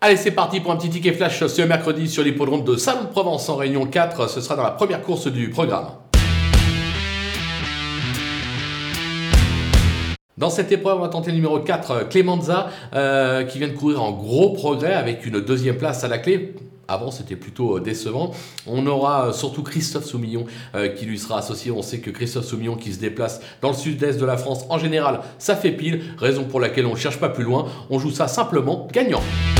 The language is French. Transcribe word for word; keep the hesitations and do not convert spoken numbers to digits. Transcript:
Allez, c'est parti pour un petit ticket flash ce mercredi sur l'hippodrome de Salon de Provence en Réunion quatre. Ce sera dans la première course du programme. Dans cette épreuve, on va tenter le numéro quatre, Clemenza, euh, qui vient de courir en gros progrès avec une deuxième place à la clé. Avant, c'était plutôt décevant. On aura surtout Christophe Soumillon euh, qui lui sera associé. On sait que Christophe Soumillon qui se déplace dans le sud-est de la France, en général, ça fait pile. Raison pour laquelle on ne cherche pas plus loin. On joue ça simplement gagnant.